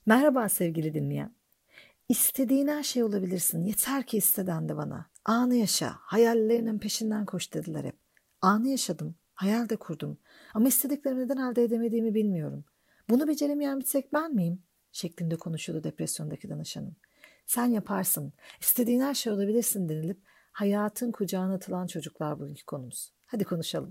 Merhaba sevgili dinleyen. İstediğin her şey olabilirsin. Yeter ki iste dendi bana. Anı yaşa. Hayallerinin peşinden koş dediler hep. Anı yaşadım. Hayal de kurdum. Ama istediklerimi neden elde edemediğimi bilmiyorum. Bunu beceremeyen bir tek ben miyim? Şeklinde konuşuyordu depresyondaki danışanım. Sen yaparsın. İstediğin her şey olabilirsin denilip hayatın kucağına atılan çocuklar bugünkü konumuz. Hadi konuşalım.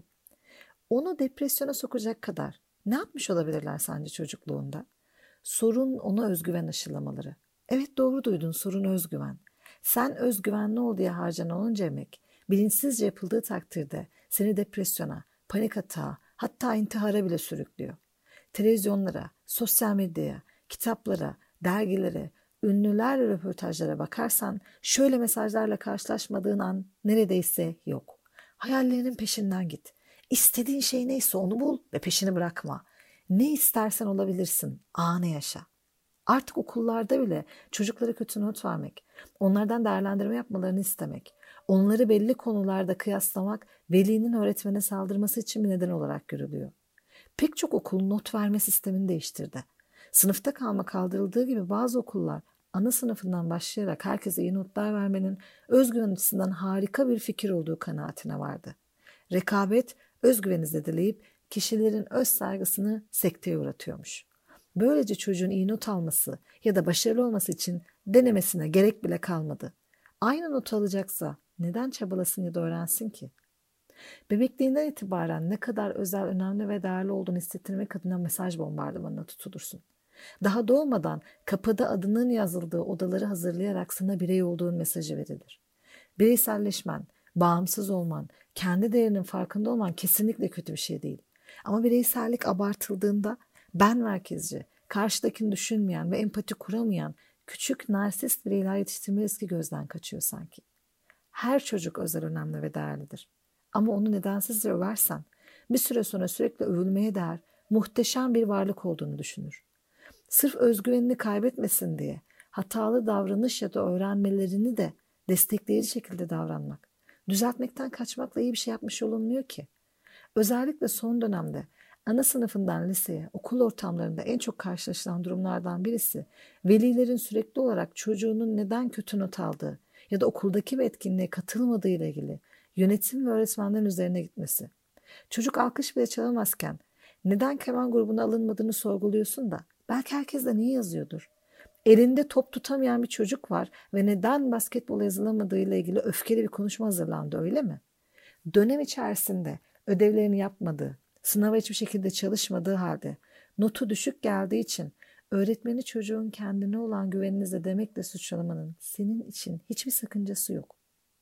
Onu depresyona sokacak kadar ne yapmış olabilirler sence çocukluğunda? Sorun ona özgüven aşılamaları. Evet, doğru duydun, sorun özgüven. Sen özgüvenli ol diye harcanan onca emek bilinçsizce yapıldığı takdirde seni depresyona, panik atağa, hatta intihara bile sürüklüyor. Televizyonlara, sosyal medyaya, kitaplara, dergilere, ünlülerle röportajlara bakarsan şöyle mesajlarla karşılaşmadığın an neredeyse yok. Hayallerinin peşinden git. İstediğin şey neyse onu bul ve peşini bırakma. Ne istersen olabilirsin, anı yaşa. Artık okullarda bile çocuklara kötü not vermek, onlardan değerlendirme yapmalarını istemek, onları belli konularda kıyaslamak velinin öğretmene saldırması için bir neden olarak görülüyor. Pek çok okul not verme sistemini değiştirdi. Sınıfta kalma kaldırıldığı gibi bazı okullar ana sınıfından başlayarak herkese iyi notlar vermenin özgüven açısından harika bir fikir olduğu kanaatine vardı. Rekabet özgüveni zedeleyip kişilerin öz saygısını sekteye uğratıyormuş. Böylece çocuğun iyi not alması ya da başarılı olması için denemesine gerek bile kalmadı. Aynı notu alacaksa neden çabalasın ya da öğrensin ki? Bebekliğinden itibaren ne kadar özel, önemli ve değerli olduğunu hissettirmek adına mesaj bombardımanına tutulursun. Daha doğmadan kapıda adının yazıldığı odaları hazırlayarak sana birey olduğun mesajı verilir. Bireyselleşmen, bağımsız olman, kendi değerinin farkında olman kesinlikle kötü bir şey değil. Ama bireysellik abartıldığında ben merkezci, karşıdakini düşünmeyen ve empati kuramayan küçük narsist bireyler yetiştirme riski gözden kaçıyor sanki. Her çocuk özel, önemli ve değerlidir. Ama onu nedensizce översen bir süre sonra sürekli övülmeye değer, muhteşem bir varlık olduğunu düşünür. Sırf özgüvenini kaybetmesin diye hatalı davranış ya da öğrenmelerini de destekleyici şekilde davranmak, düzeltmekten kaçmakla iyi bir şey yapmış olunmuyor ki. Özellikle son dönemde ana sınıfından liseye, okul ortamlarında en çok karşılaşılan durumlardan birisi velilerin sürekli olarak çocuğunun neden kötü not aldığı ya da okuldaki bir etkinliğe katılmadığı ile ilgili yönetim ve öğretmenlerin üzerine gitmesi. Çocuk alkış bile çalamazken neden keman grubuna alınmadığını sorguluyorsun da belki herkes de niye yazıyordur. Elinde top tutamayan bir çocuk var ve neden basketbola yazılamadığı ile ilgili öfkeli bir konuşma hazırlandı, öyle mi? Dönem içerisinde ödevlerini yapmadığı, sınava hiçbir şekilde çalışmadığı halde notu düşük geldiği için öğretmeni çocuğun kendine olan güvenini zedemekle suçlamanın senin için hiçbir sakıncası yok.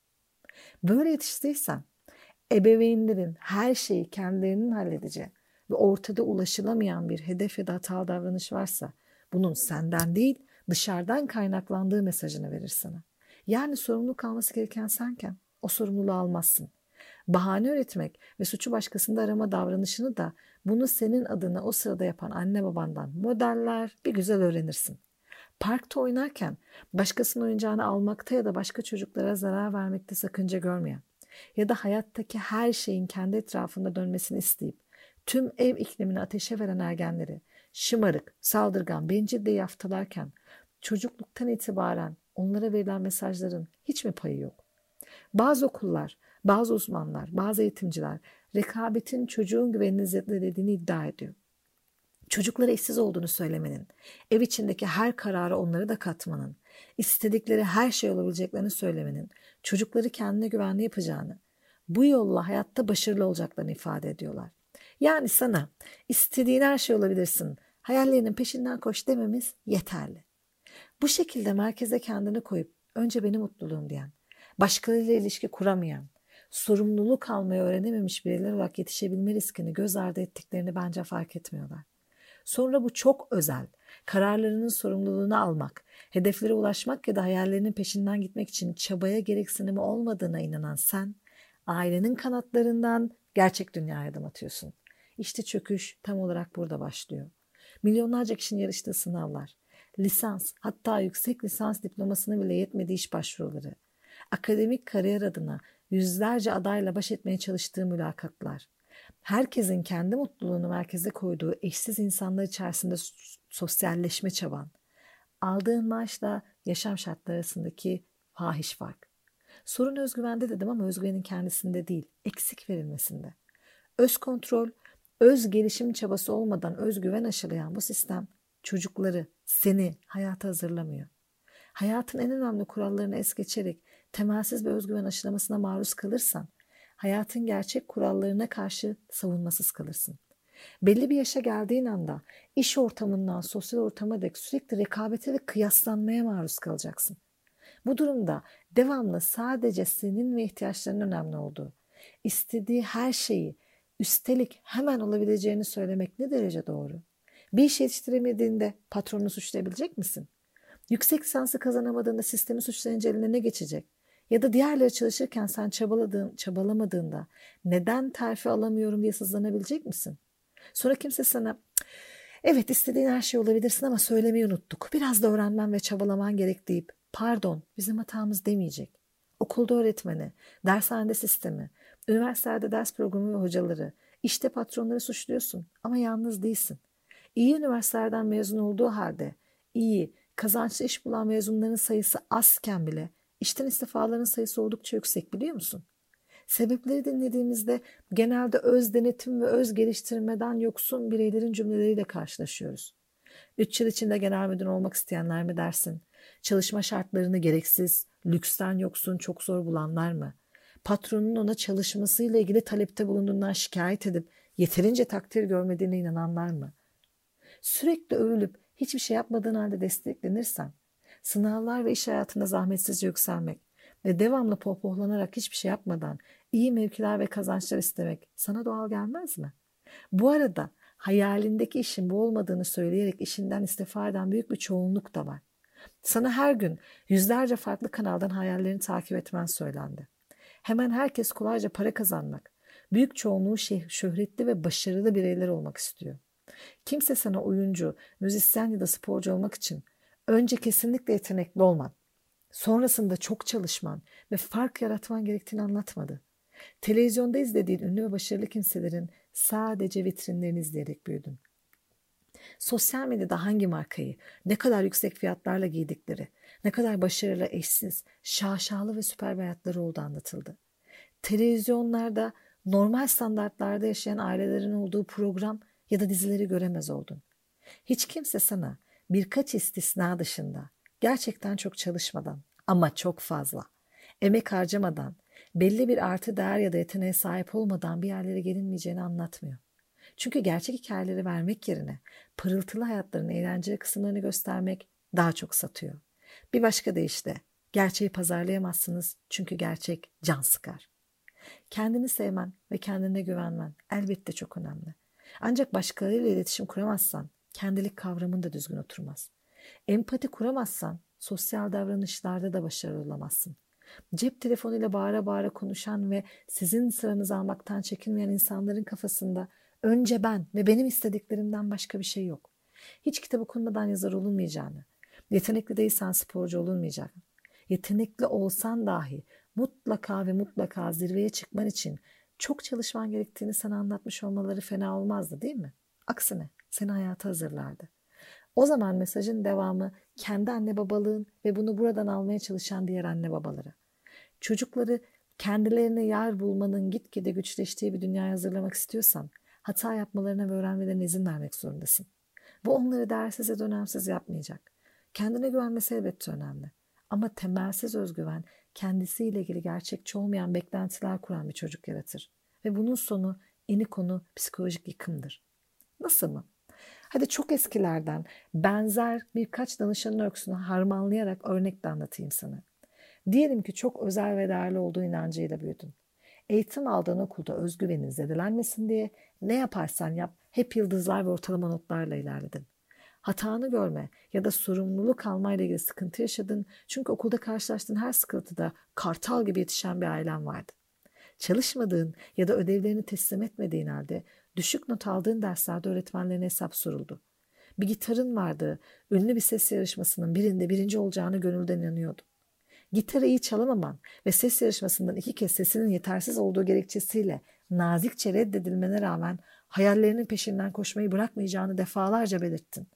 Böyle yetiştiysen ebeveynlerin her şeyi kendilerinin halledeceği ve ortada ulaşılamayan bir hedef ya da hatalı davranış varsa bunun senden değil dışarıdan kaynaklandığı mesajını verir sana. Yani sorumluluk alması gereken senken o sorumluluğu almazsın. Bahane üretmek ve suçu başkasında arama davranışını da bunu senin adına o sırada yapan anne babandan modeller bir güzel öğrenirsin. Parkta oynarken başkasının oyuncağını almakta ya da başka çocuklara zarar vermekte sakınca görmeyen ya da hayattaki her şeyin kendi etrafında dönmesini isteyip tüm ev iklimini ateşe veren ergenleri şımarık, saldırgan, bencil diye yaftalarken çocukluktan itibaren onlara verilen mesajların hiç mi payı yok? Bazı okullar, bazı uzmanlar, bazı eğitimciler rekabetin çocuğun güvenini zedelediğini iddia ediyor. Çocuklara eşsiz olduğunu söylemenin, ev içindeki her karara onları da katmanın, istedikleri her şey olabileceklerini söylemenin, çocukları kendine güvenli yapacağını, bu yolla hayatta başarılı olacaklarını ifade ediyorlar. Yani sana istediğin her şey olabilirsin, hayallerinin peşinden koş dememiz yeterli. Bu şekilde merkeze kendini koyup önce benim mutluluğum diyen, başkalarıyla ilişki kuramayan, sorumluluk almayı öğrenememiş bireyler olarak yetişebilme riskini göz ardı ettiklerini bence fark etmiyorlar. Sonra bu çok özel, kararlarının sorumluluğunu almak, hedeflere ulaşmak ya da hayallerinin peşinden gitmek için çabaya gereksinimi olmadığına inanan sen, ailenin kanatlarından gerçek dünyaya adım atıyorsun. İşte çöküş tam olarak burada başlıyor. Milyonlarca kişinin yarıştığı sınavlar, lisans, hatta yüksek lisans diplomasına bile yetmediği iş başvuruları, akademik kariyer adına yüzlerce adayla baş etmeye çalıştığı mülakatlar, herkesin kendi mutluluğunu merkeze koyduğu eşsiz insanlar içerisinde sosyalleşme çaban, Aldığın maaşla yaşam şartları arasındaki fahiş fark. Sorun özgüvende dedim ama özgüvenin kendisinde değil, eksik verilmesinde. Öz kontrol, öz gelişim çabası olmadan özgüven aşılayan bu sistem çocukları, seni hayata hazırlamıyor. Hayatın en önemli kurallarını es geçerek temelsiz bir özgüven aşılamasına maruz kalırsan, hayatın gerçek kurallarına karşı savunmasız kalırsın. Belli bir yaşa geldiğin anda iş ortamından sosyal ortama dek sürekli rekabete ve kıyaslanmaya maruz kalacaksın. Bu durumda devamlı sadece senin ve ihtiyaçlarının önemli olduğu, istediği her şeyi üstelik hemen olabileceğini söylemek ne derece doğru? Bir iş yetiştiremediğinde patronunu suçlayabilecek misin? Yüksek lisansı kazanamadığında sistemi suçlayınca eline ne geçecek? Ya da diğerleri çalışırken sen çabalamadığında neden terfi alamıyorum diye sızlanabilecek misin? Sonra kimse sana evet istediğin her şey olabilirsin ama söylemeyi unuttuk. Biraz da öğrenmen ve çabalaman gerek deyip pardon bizim hatamız demeyecek. Okulda öğretmeni, dershanede sistemi, üniversitelerde ders programı ve hocaları, işte patronları suçluyorsun ama yalnız değilsin. İyi üniversitelerden mezun olduğu halde iyi, kazançlı iş bulan mezunların sayısı azken bile işten istifaların sayısı oldukça yüksek biliyor musun? Sebepleri dinlediğimizde genelde öz denetim ve öz geliştirmeden yoksun bireylerin cümleleriyle karşılaşıyoruz. 3 yıl içinde genel müdür olmak isteyenler mi dersin? Çalışma şartlarını gereksiz, lüksten yoksun çok zor bulanlar mı? Patronun ona çalışmasıyla ilgili talepte bulunduğundan şikayet edip yeterince takdir görmediğine inananlar mı? Sürekli övülüp hiçbir şey yapmadığın halde desteklenirsen, sınavlar ve iş hayatında zahmetsizce yükselmek ve devamlı pohpohlanarak hiçbir şey yapmadan iyi mevkiler ve kazançlar istemek sana doğal gelmez mi? Bu arada hayalindeki işin bu olmadığını söyleyerek işinden istifa eden büyük bir çoğunluk da var. Sana her gün yüzlerce farklı kanaldan hayallerini takip etmen söylendi. Hemen herkes kolayca para kazanmak, büyük çoğunluğu şöhretli ve başarılı bireyler olmak istiyor. Kimse sana oyuncu, müzisyen ya da sporcu olmak için önce kesinlikle yetenekli olman, sonrasında çok çalışman ve fark yaratman gerektiğini anlatmadı. Televizyonda izlediğin ünlü ve başarılı kimselerin sadece vitrinlerini izleyerek büyüdün. Sosyal medyada hangi markayı, ne kadar yüksek fiyatlarla giydikleri, ne kadar başarılı, eşsiz, şaşalı ve süper bir hayatları olduğu anlatıldı. Televizyonlarda normal standartlarda yaşayan ailelerin olduğu program ya da dizileri göremez oldun. Hiç kimse sana birkaç istisna dışında gerçekten çok çalışmadan ama çok fazla emek harcamadan belli bir artı değer ya da yeteneğe sahip olmadan bir yerlere gelinmeyeceğini anlatmıyor. Çünkü gerçek hikayeleri vermek yerine pırıltılı hayatların eğlenceli kısımlarını göstermek daha çok satıyor. Bir başka deyişle gerçeği pazarlayamazsınız çünkü gerçek can sıkar. Kendini sevmen ve kendine güvenmen elbette çok önemli. Ancak başkalarıyla iletişim kuramazsan kendilik kavramın da düzgün oturmaz. Empati kuramazsan sosyal davranışlarda da başarılı olamazsın. Cep telefonuyla bağıra bağıra konuşan ve sizin sıranızı almaktan çekinmeyen insanların kafasında önce ben ve benim istediklerimden başka bir şey yok. Hiç kitap okumadan yazar olunmayacağını, yetenekli değilsen sporcu olunmayacağını, yetenekli olsan dahi mutlaka ve mutlaka zirveye çıkman için çok çalışman gerektiğini sana anlatmış olmaları fena olmazdı değil mi? Aksine seni hayata hazırlardı. O zaman mesajın devamı kendi anne babalığın ve bunu buradan almaya çalışan diğer anne babalara. Çocukları kendilerine yer bulmanın gitgide güçleştiği bir dünyaya hazırlamak istiyorsan hata yapmalarına ve öğrenmelerine izin vermek zorundasın. Bu onları değersiz ya da önemsiz yapmayacak. Kendine güvenmesi elbette önemli. Ama temelsiz özgüven kendisiyle ilgili gerçekçi olmayan beklentiler kuran bir çocuk yaratır. Ve bunun sonu eni konu psikolojik yıkımdır. Nasıl mı? Hadi çok eskilerden benzer birkaç danışanın öyküsünü harmanlayarak örnekle anlatayım sana. Diyelim ki çok özel ve değerli olduğu inancıyla büyüdün. Eğitim aldığın okulda özgüvenin zedelenmesin diye ne yaparsan yap hep yıldızlar ve ortalama notlarla ilerledin. Hatanı görme ya da sorumluluk almayla ilgili sıkıntı yaşadın çünkü okulda karşılaştığın her sıkıntıda kartal gibi yetişen bir ailen vardı. Çalışmadığın ya da ödevlerini teslim etmediğin halde düşük not aldığın derslerde öğretmenlerine hesap soruldu. Bir gitarın vardı, ünlü bir ses yarışmasının birinde birinci olacağını gönülden inanıyordun. Gitarı iyi çalamaman ve ses yarışmasından 2 kez sesinin yetersiz olduğu gerekçesiyle nazikçe reddedilmene rağmen hayallerinin peşinden koşmayı bırakmayacağını defalarca belirttin.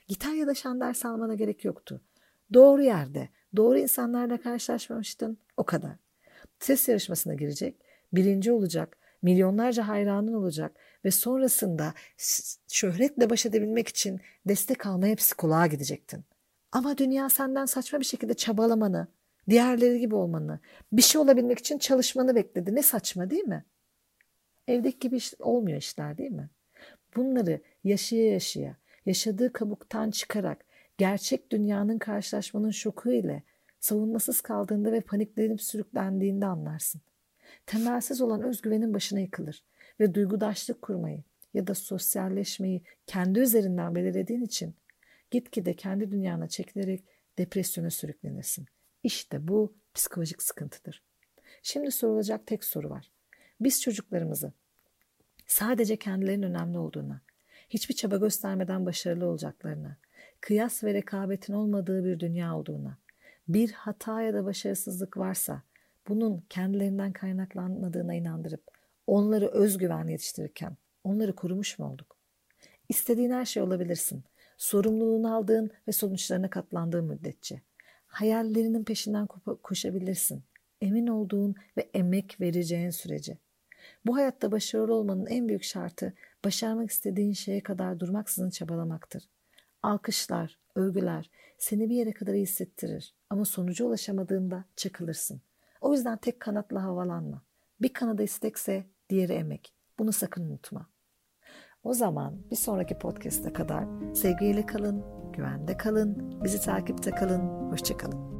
Gitar ya da şan dersi almana gerek yoktu. Doğru yerde, doğru insanlarla karşılaşmamıştın, o kadar. Ses yarışmasına girecek, birinci olacak, milyonlarca hayranın olacak ve sonrasında şöhretle baş edebilmek için destek almaya psikoloğa gidecektin. Ama dünya senden saçma bir şekilde çabalamanı, diğerleri gibi olmanı, bir şey olabilmek için çalışmanı bekledi. Ne saçma değil mi? Evdeki gibi olmuyor işler değil mi? Bunları yaşaya yaşaya, yaşadığı kabuktan çıkarak, gerçek dünyanın karşılaşmanın şoku ile savunmasız kaldığında ve paniklenip sürüklendiğinde anlarsın. Temelsiz olan özgüvenin başına yıkılır ve duygudaşlık kurmayı ya da sosyalleşmeyi kendi üzerinden belirlediğin için gitgide kendi dünyana çekilerek depresyona sürüklenirsin. İşte bu psikolojik sıkıntıdır. Şimdi sorulacak tek soru var. Biz çocuklarımızı sadece kendilerinin önemli olduğuna, hiçbir çaba göstermeden başarılı olacaklarına, kıyas ve rekabetin olmadığı bir dünya olduğuna, bir hata ya da başarısızlık varsa bunun kendilerinden kaynaklanmadığına inandırıp onları özgüvenle yetiştirirken onları korumuş mu olduk? İstediğin her şey olabilirsin. Sorumluluğunu aldığın ve sonuçlarına katlandığın müddetçe. Hayallerinin peşinden koşabilirsin. Emin olduğun ve emek vereceğin sürece. Bu hayatta başarılı olmanın en büyük şartı başarmak istediğin şeye kadar durmaksızın çabalamaktır. Alkışlar, övgüler seni bir yere kadar iyi hissettirir ama sonuca ulaşamadığında çakılırsın. O yüzden tek kanatla havalanma. Bir kanadı istekse diğeri emek. Bunu sakın unutma. O zaman bir sonraki podcast'e kadar sevgiyle kalın, güvende kalın, bizi takipte kalın, hoşça kalın.